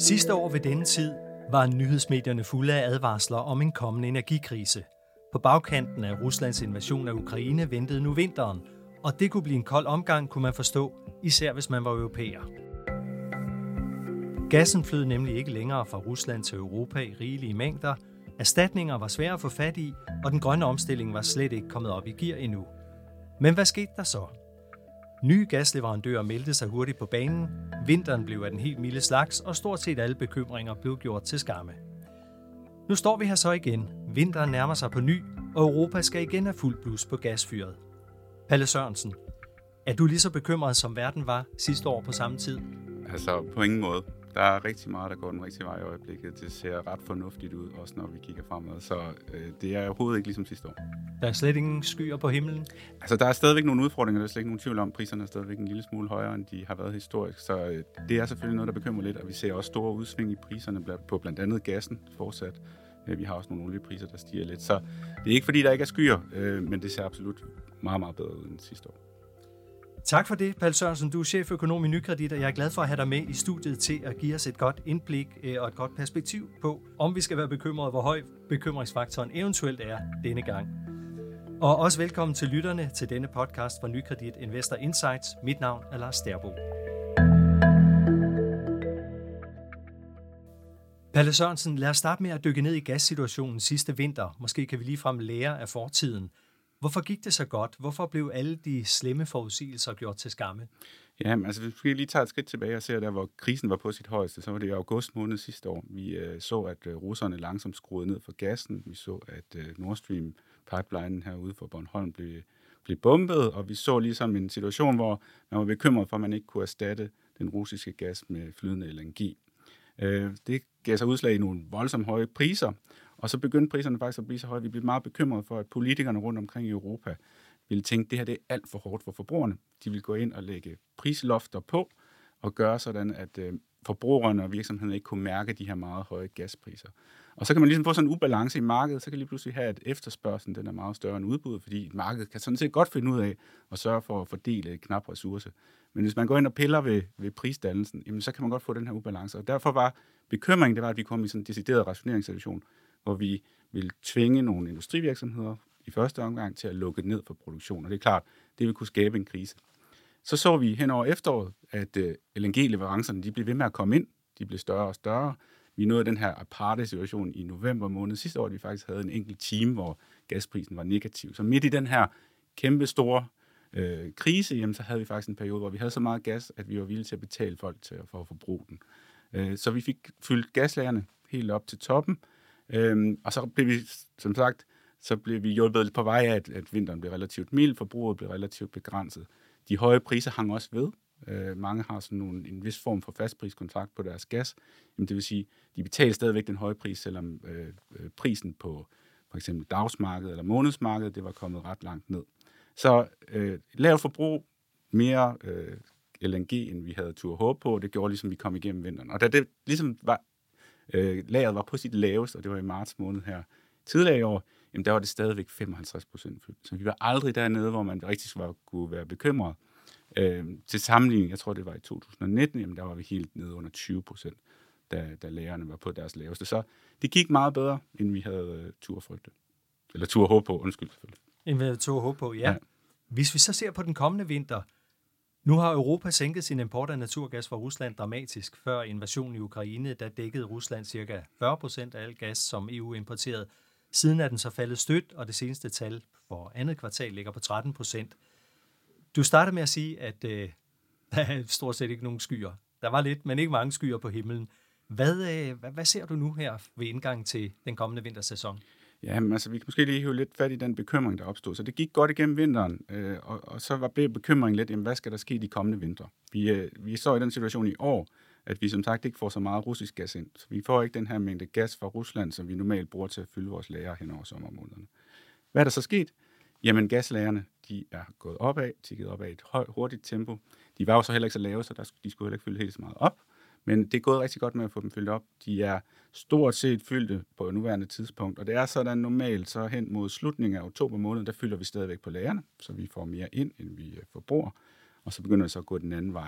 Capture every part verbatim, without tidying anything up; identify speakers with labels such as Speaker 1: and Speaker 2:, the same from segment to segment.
Speaker 1: Sidste år ved denne tid var nyhedsmedierne fulde af advarsler om en kommende energikrise. På bagkanten af Ruslands invasion af Ukraine ventede nu vinteren, og det kunne blive en kold omgang, kunne man forstå, især hvis man var europæer. Gassen flød nemlig ikke længere fra Rusland til Europa i rigelige mængder, erstatninger var svære at få fat i, og den grønne omstilling var slet ikke kommet op i gear endnu. Men hvad skete der så? Nye gasleverandører meldte sig hurtigt på banen, vinteren blev af den helt milde slags, og stort set alle bekymringer blev gjort til skamme. Nu står vi her så igen. Vinteren nærmer sig på ny, og Europa skal igen have fuld blus på gasfyret. Palle Sørensen, er du lige så bekymret, som verden var sidste år på samme tid?
Speaker 2: Altså på ingen måde. Der er rigtig meget, der går den rigtige vej i øjeblikket. Det ser ret fornuftigt ud, også når vi kigger fremad. Så øh, det er overhovedet ikke ligesom sidste år.
Speaker 1: Der er slet ingen skyer på himlen?
Speaker 2: Altså der er stadigvæk nogle udfordringer, der er slet ikke nogen tvivl om. Priserne er stadigvæk en lille smule højere, end de har været historisk. Så øh, det er selvfølgelig noget, der bekymrer lidt, og vi ser også store udsving i priserne på blandt andet gassen fortsat. Vi har også nogle oliepriser, der stiger lidt. Så det er ikke fordi, der ikke er skyer, øh, men det ser absolut meget, meget bedre ud end sidste år.
Speaker 1: Tak for det, Palle Sørensen. Du er cheføkonom i Nykredit, og jeg er glad for at have dig med i studiet til at give os et godt indblik og et godt perspektiv på, om vi skal være bekymrede, hvor høj bekymringsfaktoren eventuelt er denne gang. Og også velkommen til lytterne til denne podcast fra Nykredit Investor Insights. Mit navn er Lars Sterbo. Palle Sørensen, lad os starte med at dykke ned i gassituationen sidste vinter. Måske kan vi ligefrem lære af fortiden. Hvorfor gik det så godt? Hvorfor blev alle de slemme forudsigelser gjort til skamme?
Speaker 2: Ja, altså hvis vi lige tager et skridt tilbage og ser der, hvor krisen var på sit højeste, så var det i august måned sidste år. Vi øh, så, at øh, russerne langsomt skruede ned for gassen. Vi så, at øh, Nord Stream pipelinen herude for Bornholm blev, blev bombet, og vi så ligesom en situation, hvor man var bekymret for, at man ikke kunne erstatte den russiske gas med flydende L N G. Øh, det gav sig udslag i nogle voldsomt høje priser, og så begyndte priserne faktisk at blive så høje. Vi blev meget bekymrede for, at politikerne rundt omkring i Europa ville tænke, at det her det er alt for hårdt for forbrugerne. De ville gå ind og lægge prislofter på og gøre sådan, at øh, forbrugerne og virksomhederne ikke kunne mærke de her meget høje gaspriser. Og så kan man ligesom få sådan en ubalance i markedet, så kan lige pludselig have, at efterspørgslen den er meget større end udbuddet, fordi markedet kan sådan set godt finde ud af at sørge for at fordele et knap ressource. Men hvis man går ind og piller ved, ved prisdannelsen, jamen, så kan man godt få den her ubalance. Og derfor var bekymringen, det var, at vi kom i sådan en decideret rationeringssituation, hvor vi ville tvinge nogle industrivirksomheder i første omgang til at lukke ned for produktion. Og det er klart, det vil kunne skabe en krise. Så så vi hen over efteråret, at uh, L N G-leverancerne de blev ved med at komme ind. De blev større og større. Vi nåede den her aparte situation i november måned sidste år, at vi faktisk havde en enkelt time, hvor gasprisen var negativ. Så midt i den her kæmpe store øh, krise, jamen, så havde vi faktisk en periode, hvor vi havde så meget gas, at vi var villige til at betale folk til for at forbruge den. Øh, så vi fik fyldt gaslagerne helt op til toppen. Øhm, og så blev vi, som sagt, så blev vi hjulpet lidt på vej af, at, at vinteren blev relativt mild, forbruget blev relativt begrænset. De høje priser hang også ved. Øh, mange har sådan nogle, en vis form for fastpriskontrakt på deres gas. Jamen, det vil sige, de betaler stadigvæk den høje pris, selvom øh, prisen på for eksempel dagsmarkedet eller månedsmarkedet, det var kommet ret langt ned. Så øh, lavt forbrug, mere øh, L N G, end vi havde tur håbe på, det gjorde ligesom, vi kom igennem vinteren. Og da det ligesom var Øh, lageret var på sit laveste, og det var i marts måned her tidligere i år, jamen der var det stadigvæk femoghalvtreds procent fyldt. Så vi var aldrig dernede, hvor man rigtig skulle kunne være bekymret. Øh, til sammenligning, jeg tror det var i to tusind nitten, jamen der var vi helt nede under tyve procent, da, da lagerne var på deres laveste. Så det gik meget bedre, end vi havde uh, tur frygte. Eller tur håbe på, undskyld selvfølgelig.
Speaker 1: End vi havde tur håbe på, ja. ja. Hvis vi så ser på den kommende vinter, nu har Europa sænket sin import af naturgas fra Rusland dramatisk. Før invasionen i Ukraine, der dækkede Rusland ca. fyrre procent af al gas, som E U importerede. Siden er den så faldet stødt, og det seneste tal for andet kvartal ligger på tretten procent. Du startede med at sige, at øh, der er stort set ikke nogen skyer. Der var lidt, men ikke mange skyer på himlen. Hvad, øh, hvad, hvad ser du nu her ved indgang til den kommende vintersæson?
Speaker 2: Ja, men altså, vi kan måske lige hive lidt fat i den bekymring, der opstod. Så det gik godt igennem vinteren, øh, og, og så var bekymringen lidt, jamen, hvad skal der ske de kommende vintre? Vi, øh, vi så i den situation i år, at vi som sagt ikke får så meget russisk gas ind. Så vi får ikke den her mængde gas fra Rusland, som vi normalt bruger til at fylde vores lager hen over sommermånederne. Hvad er der så sket? Jamen, gaslagerne, de er gået opad, tikket opad i et højt, hurtigt tempo. De var jo så heller ikke så lave, så der, de skulle heller ikke fylde helt så meget op. Men det er gået rigtig godt med at få dem fyldt op. De er stort set fyldte på et nuværende tidspunkt, og det er sådan normalt, så hen mod slutningen af oktober måned, der fylder vi stadigvæk på lagerne, så vi får mere ind, end vi forbruger, og så begynder det så at gå den anden vej.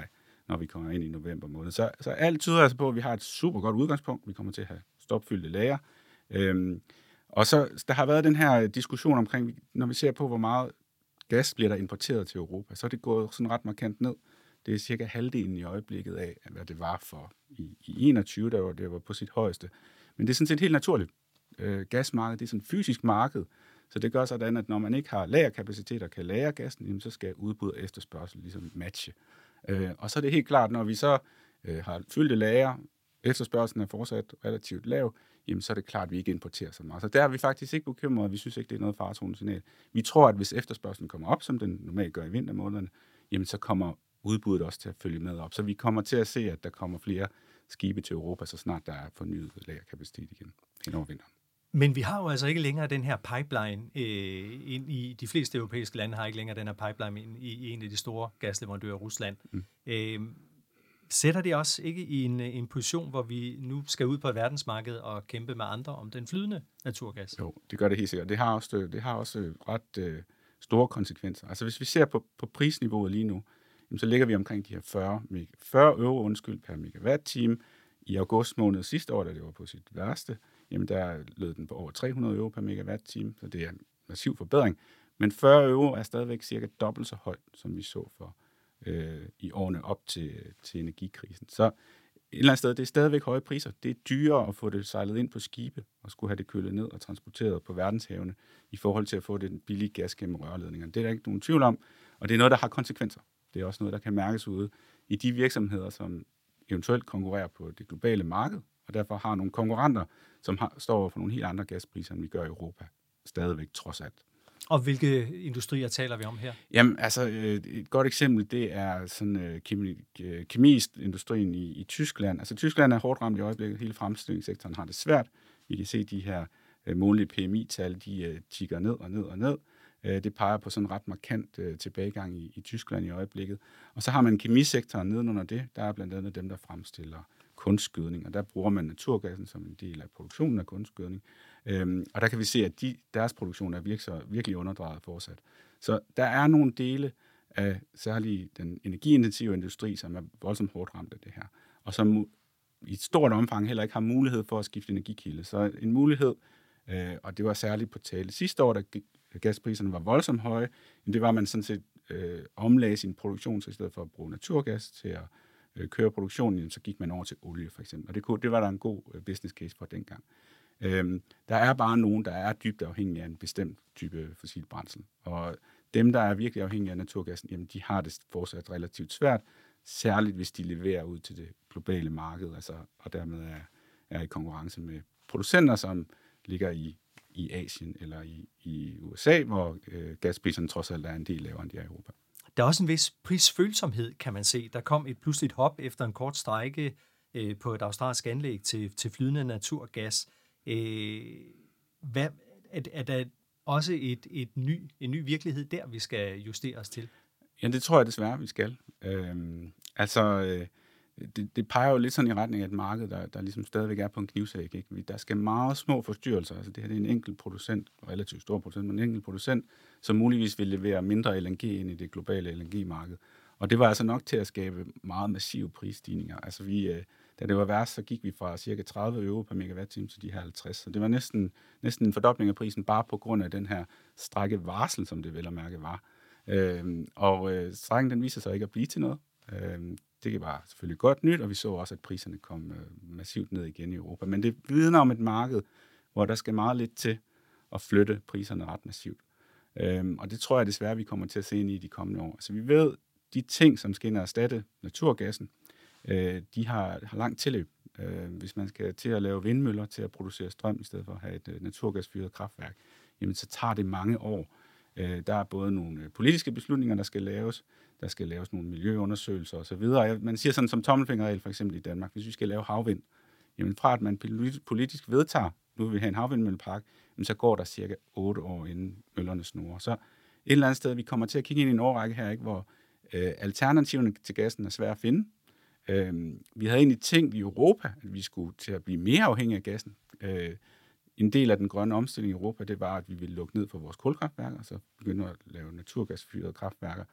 Speaker 2: når vi kommer ind i november måned. Så, så alt tyder altså på, at vi har et super godt udgangspunkt. Vi kommer til at have stopfyldte lager. Øhm, og så der har været den her diskussion omkring, når vi ser på, hvor meget gas bliver der importeret til Europa, så er det gået sådan ret markant ned. Det er cirka halvdelen i øjeblikket af, hvad det var for i, i enogtyve, der var det var på sit højeste. Men det er sådan set helt naturligt. Øh, gasmarkedet, det er sådan et fysisk marked, så det gør sådan, at når man ikke har lagerkapacitet og kan lagre gassen, jamen, så skal udbud og efterspørgsel ligesom matche. Øh, og så er det helt klart, når vi så øh, har fyldte lager, efterspørgselen er fortsat relativt lav, jamen så er det klart, at vi ikke importerer så meget. Så der er vi faktisk ikke bekymrede, vi synes ikke, det er noget faretronesignal. Vi tror, at hvis efterspørgselen kommer op, som den normalt gør i vintermånederne, jamen så kommer udbuddet også til at følge med op. Så vi kommer til at se, at der kommer flere skibe til Europa, så snart der er fornyet lagerkapacitet igen hen over vinteren.
Speaker 1: Men vi har jo altså ikke længere den her pipeline øh, ind i de fleste europæiske lande, har ikke længere den her pipeline ind i, i en af de store gasleverandører, Rusland. Mm. Øh, sætter det også ikke i en, en position, hvor vi nu skal ud på et verdensmarked og kæmpe med andre om den flydende naturgas?
Speaker 2: Jo, det gør det helt sikkert. Det har også, det har også ret øh, store konsekvenser. Altså hvis vi ser på, på prisniveauet lige nu, jamen, så ligger vi omkring de her fyrre, fyrre euro undskyld, per megawatt-time. I august måned sidste år, da det var på sit værste, jamen der lød den på over tre hundrede euro per megawatt-time, så det er en massiv forbedring. Men fyrre euro er stadigvæk cirka dobbelt så højt, som vi så for øh, i årene op til, til energikrisen. Så et eller andet sted, det er stadigvæk høje priser. Det er dyrere at få det sejlet ind på skibe og skulle have det kølet ned og transporteret på verdenshavene i forhold til at få det billige gas gennem rørledningerne. Det er der ikke nogen tvivl om, og det er noget, der har konsekvenser. Det er også noget, der kan mærkes ude i de virksomheder, som eventuelt konkurrerer på det globale marked, og derfor har nogle konkurrenter, som har, står over for nogle helt andre gaspriser, end vi gør i Europa, stadigvæk trods alt.
Speaker 1: Og hvilke industrier taler vi om her?
Speaker 2: Jamen, altså, et godt eksempel, det er sådan kemi, kemiindustrien i, i Tyskland. Altså, Tyskland er hårdt ramt i øjeblikket. Hele fremstillingssektoren har det svært. Vi kan se de her månedlige P M I-tal, de tigger ned og ned og ned. Det peger på sådan en ret markant uh, tilbagegang i, i Tyskland i øjeblikket. Og så har man kemisektoren nedenunder det. Der er blandt andet dem, der fremstiller kunstgødning, og der bruger man naturgassen som en del af produktionen af kunstgødning. Øhm, og der kan vi se, at de, deres produktion er virkelig, virkelig underdrejet fortsat. Så der er nogle dele af særligt den energiintensive industri, som er voldsomt hårdt ramt af det her, og som i et stort omfang heller ikke har mulighed for at skifte energikilde. Så en mulighed, øh, og det var særligt på tale sidste år, da gaspriserne var voldsomt høje, det var, at man sådan set øh, omlagde sin produktion, så i stedet for at bruge naturgas til at øh, køre produktionen, så gik man over til olie for eksempel. Og det, kunne, det var der en god øh, business case for dengang. Øhm, der er bare nogen, der er dybt afhængige af en bestemt type fossil brændsel. Og dem, der er virkelig afhængige af naturgassen, jamen, de har det fortsat relativt svært, særligt hvis de leverer ud til det globale marked, altså, og dermed er, er i konkurrence med producenter, som ligger i i Asien eller i, i U S A, hvor øh, gaspriserne trods alt er en del lavere end de er i Europa.
Speaker 1: Der er også en vis prisfølsomhed, kan man se. Der kom et pludseligt hop efter en kort strejke øh, på et australsk anlæg til, til flydende naturgas. Øh, hvad, er, er der også et, et ny, en ny virkelighed der, vi skal justere os til?
Speaker 2: Ja, det tror jeg desværre, vi skal. Øhm, altså... Øh, Det, det peger jo lidt sådan i retning af et marked, der, der ligesom stadigvæk er på en knivsæg. Ikke? Der skal meget små forstyrrelser. Altså det her det er en enkelt producent, relativt stor producent, men en enkelt producent, som muligvis vil levere mindre L N G ind i det globale L N G-marked. Og det var altså nok til at skabe meget massive prisstigninger. Altså vi, da det var værst, så gik vi fra cirka tredive euro per megawatt-time til de her halvtreds. Så det var næsten, næsten en fordobling af prisen, bare på grund af den her strække varsel, som det vel at mærke var. Øhm, og øh, strækken den viser sig ikke at blive til noget. Øhm, Det var selvfølgelig godt nyt, og vi så også, at priserne kom massivt ned igen i Europa. Men det vidner om et marked, hvor der skal meget lidt til at flytte priserne ret massivt. Øhm, og det tror jeg desværre, vi kommer til at se ind i de kommende år. Altså vi ved, de ting, som skal ind og erstatte naturgassen, øh, de har, har langt tilløb. Øh, hvis man skal til at lave vindmøller til at producere strøm, i stedet for at have et uh, naturgasfyret kraftværk, jamen så tager det mange år. Øh, der er både nogle politiske beslutninger, der skal laves, der skal laves nogle miljøundersøgelser osv. Man siger sådan som tommelfingerregel for eksempel i Danmark, hvis vi skal lave havvind, jamen fra at man politisk vedtager, nu vil vi have en havvindmøllepark, så går der cirka otte år inden møllerne snurrer. Så et eller andet sted, vi kommer til at kigge ind i en årrække her, ikke, hvor øh, alternativerne til gassen er svære at finde. Øh, vi havde egentlig tænkt i Europa, at vi skulle til at blive mere afhængige af gassen. Øh, en del af den grønne omstilling i Europa, det var, at vi ville lukke ned for vores kulkraftværker, og så begynde at lave naturgasfyrede kraftværker.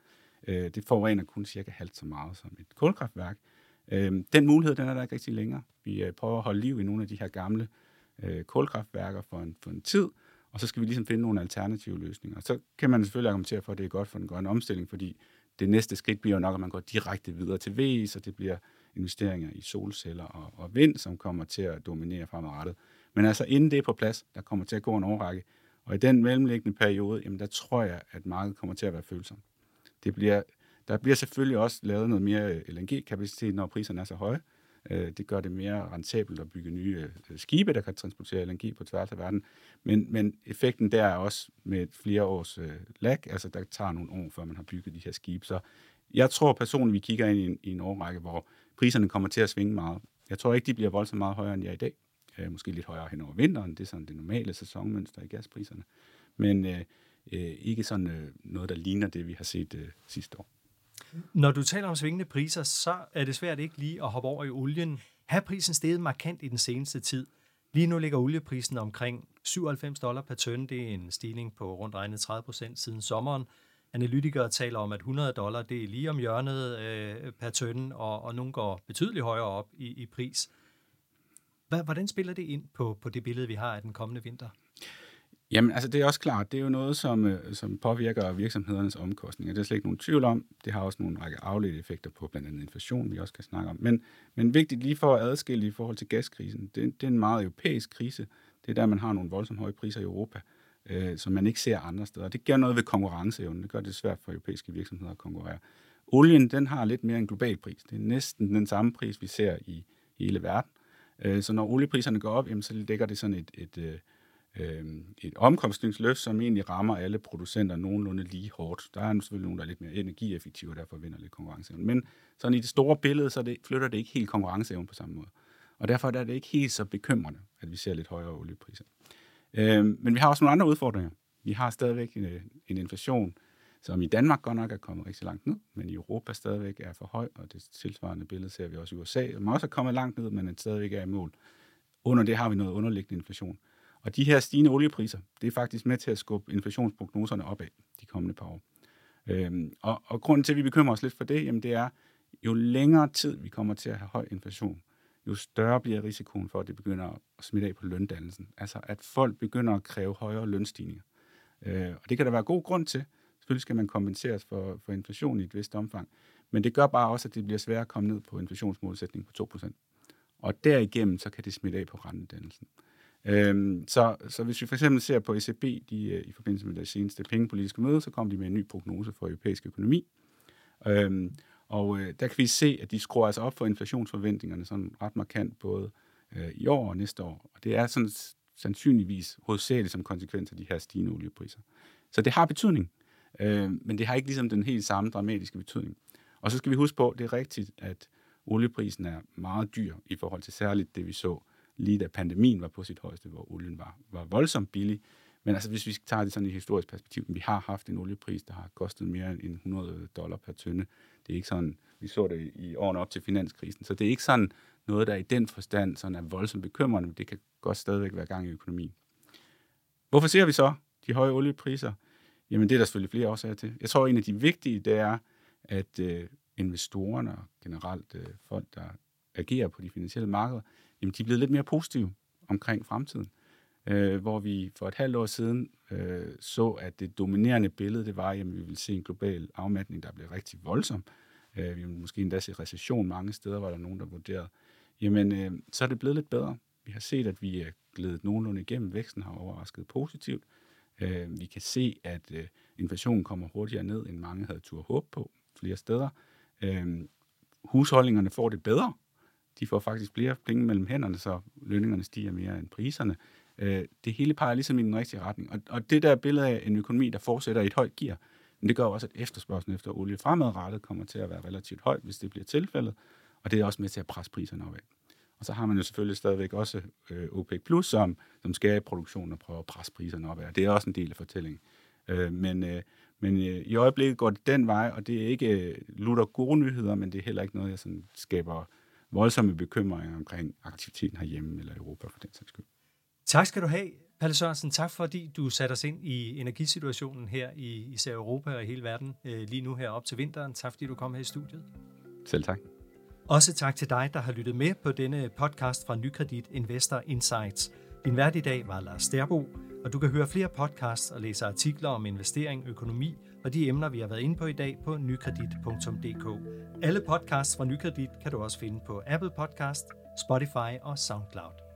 Speaker 2: Øh, det forurener kun cirka halvt så meget som et kulkraftværk. Øh, den mulighed, den er der ikke rigtig længere. Vi øh, prøver at holde liv i nogle af de her gamle øh, kulkraftværker for en, for en tid, og så skal vi ligesom finde nogle alternative løsninger. Så kan man selvfølgelig argumentere for, at det er godt for den grønne omstilling, fordi det næste skridt bliver jo nok, at man går direkte videre til V E, så det bliver investeringer i solceller og, og vind, som kommer til at dominere fremadrettet. Men altså inden det er på plads, der kommer til at gå en årrække, og i den mellemliggende periode, jamen der tror jeg, at markedet kommer til at være følsom. Det bliver, der bliver selvfølgelig også lavet noget mere L N G-kapacitet, når priserne er så høje. Det gør det mere rentabelt at bygge nye skibe, der kan transportere L N G på tværs af verden. Men, men effekten der er også med flere års øh, lag, altså der tager nogle år, før man har bygget de her skibe. Så jeg tror personligt, vi kigger ind i en, i en årrække, hvor priserne kommer til at svinge meget. Jeg tror ikke, de bliver voldsomt meget højere, end de er i dag. Øh, måske lidt højere hen over vinteren, det er sådan det normale sæsonmønster i gaspriserne. Men øh, øh, ikke sådan øh, noget, der ligner det, vi har set øh, sidste år.
Speaker 1: Når du taler om svingende priser, så er det svært ikke lige at hoppe over i olien. Har prisen steget markant i den seneste tid? Lige nu ligger olieprisen omkring syvoghalvfems dollar per tønde. Det er en stigning på rundt regnet tredive procent siden sommeren. Analytikere taler om, at hundrede dollar det er lige om hjørnet øh, per tønde, og, og nogle går betydeligt højere op i, i pris. Hvordan spiller det ind på, på det billede, vi har af den kommende vinter?
Speaker 2: Jamen, altså det er også klart, det er jo noget, som, som påvirker virksomhedernes omkostninger. Det er slet ikke nogen tvivl om. Det har også nogle række afledte effekter på blandt andet inflation, vi også kan snakke om. Men, men vigtigt lige for at adskille i forhold til gaskrisen, det, det er en meget europæisk krise. Det er der, man har nogle voldsomt høje priser i Europa, øh, som man ikke ser andre steder. Det gør noget ved konkurrenceevnen. Det gør det svært for europæiske virksomheder at konkurrere. Olien, den har lidt mere en global pris. Det er næsten den samme pris, vi ser i hele verden. Øh, så når oliepriserne går op, jamen, så ligger det sådan et... et øh, et omkostningsløft, som egentlig rammer alle producenter nogenlunde lige hårdt. Der er selvfølgelig nogen, der er lidt mere energieffektive, og derfor vinder lidt konkurrenceevne. Men sådan i det store billede, så det, flytter det ikke helt konkurrenceevne på samme måde. Og derfor er det ikke helt så bekymrende, at vi ser lidt højere oliepriser. Men vi har også nogle andre udfordringer. Vi har stadigvæk en, en inflation, som i Danmark godt nok er kommet rigtig langt ned, men i Europa stadigvæk er for høj, og det tilsvarende billede ser vi også i U S A, som også er kommet langt ned, men stadigvæk er i mål. Under det har vi noget underliggende inflation. Og de her stigende oliepriser, det er faktisk med til at skubbe inflationsprognoserne opad de kommende par år. Øhm, og, og grunden til, at vi bekymrer os lidt for det, jamen det er, jo længere tid vi kommer til at have høj inflation, jo større bliver risikoen for, at det begynder at smitte af på løndannelsen. Altså at folk begynder at kræve højere lønstigninger. Øh, og det kan der være god grund til. Selvfølgelig skal man kompenseres for, for inflation i et vist omfang. Men det gør bare også, at det bliver svært at komme ned på inflationsmålsætningen på to procent. Og derigennem, så kan det smitte af på rentedannelsen. Øhm, så, så hvis vi for eksempel ser på E C B, de, i forbindelse med det seneste pengepolitiske møde, så kom de med en ny prognose for europæisk økonomi. Øhm, og øh, der kan vi se, at de skruer altså op for inflationsforventningerne sådan ret markant, både øh, i år og næste år. Og det er sådan sandsynligvis hovedsageligt som konsekvens af de her stigende oliepriser. Så det har betydning, øh, men det har ikke ligesom den helt samme dramatiske betydning. Og så skal vi huske på, at det er rigtigt, at olieprisen er meget dyr i forhold til særligt det, vi så lige da pandemien var på sit højeste, hvor olien var, var voldsomt billig. Men altså, hvis vi tager det sådan i historisk perspektiv, vi har haft en oliepris, der har kostet mere end hundrede dollar per tønde. Det er ikke sådan, vi så det i årene op til finanskrisen. Så det er ikke sådan noget, der i den forstand sådan er voldsomt bekymrende, men det kan godt stadigvæk være gang i økonomien. Hvorfor ser vi så de høje oliepriser? Jamen, det er der selvfølgelig flere årsager til. Jeg tror, en af de vigtige, det er, at øh, investorerne og generelt øh, folk, der agerer på de finansielle markeder, jamen, de er blevet lidt mere positive omkring fremtiden. Øh, hvor vi for et halvt år siden øh, så, at det dominerende billede, det var, at vi ville se en global afmatning, der blev rigtig voldsom. Øh, vi ville måske endda se recession mange steder, hvor der er nogen, der vurderede. Jamen, øh, så er det blevet lidt bedre. Vi har set, at vi er glædet nogenlunde igennem. Væksten har overrasket positivt. Øh, vi kan se, at øh, inflationen kommer hurtigere ned, end mange havde turde håbe på flere steder. Øh, husholdningerne får det bedre. De får faktisk flere penge mellem hænderne, så lønningerne stiger mere end priserne. Det hele peger ligesom i den rigtige retning. Og det der billede af en økonomi, der fortsætter i et højt gear, men det gør også, at efterspørgslen efter olie fremadrettet kommer til at være relativt højt, hvis det bliver tilfældet. Og det er også med til at presse priserne opad. Og så har man jo selvfølgelig stadigvæk også OPEC plus, som, som skærer i produktionen og prøver at presse priserne opad. Og det er også en del af fortællingen. Men, men i øjeblikket går det den vej, og det er ikke lutter gode nyheder, men det er heller ikke noget, jeg sådan skaber voldsomme bekymringer omkring aktiviteten herhjemme eller Europa for den sags skyld.
Speaker 1: Tak skal du have, Palle Sørensen, tak fordi du satte os ind i energisituationen her i især Europa og i hele verden lige nu her op til vinteren. Tak fordi du kom her i studiet.
Speaker 2: Selv tak.
Speaker 1: Også tak til dig, der har lyttet med på denne podcast fra Nykredit Investor Insights. Din vært i dag var Lars Sterbo, og du kan høre flere podcasts og læse artikler om investering, økonomi og de emner, vi har været inde på i dag på nykredit punktum d k. Alle podcasts fra Nykredit kan du også finde på Apple Podcast, Spotify og SoundCloud.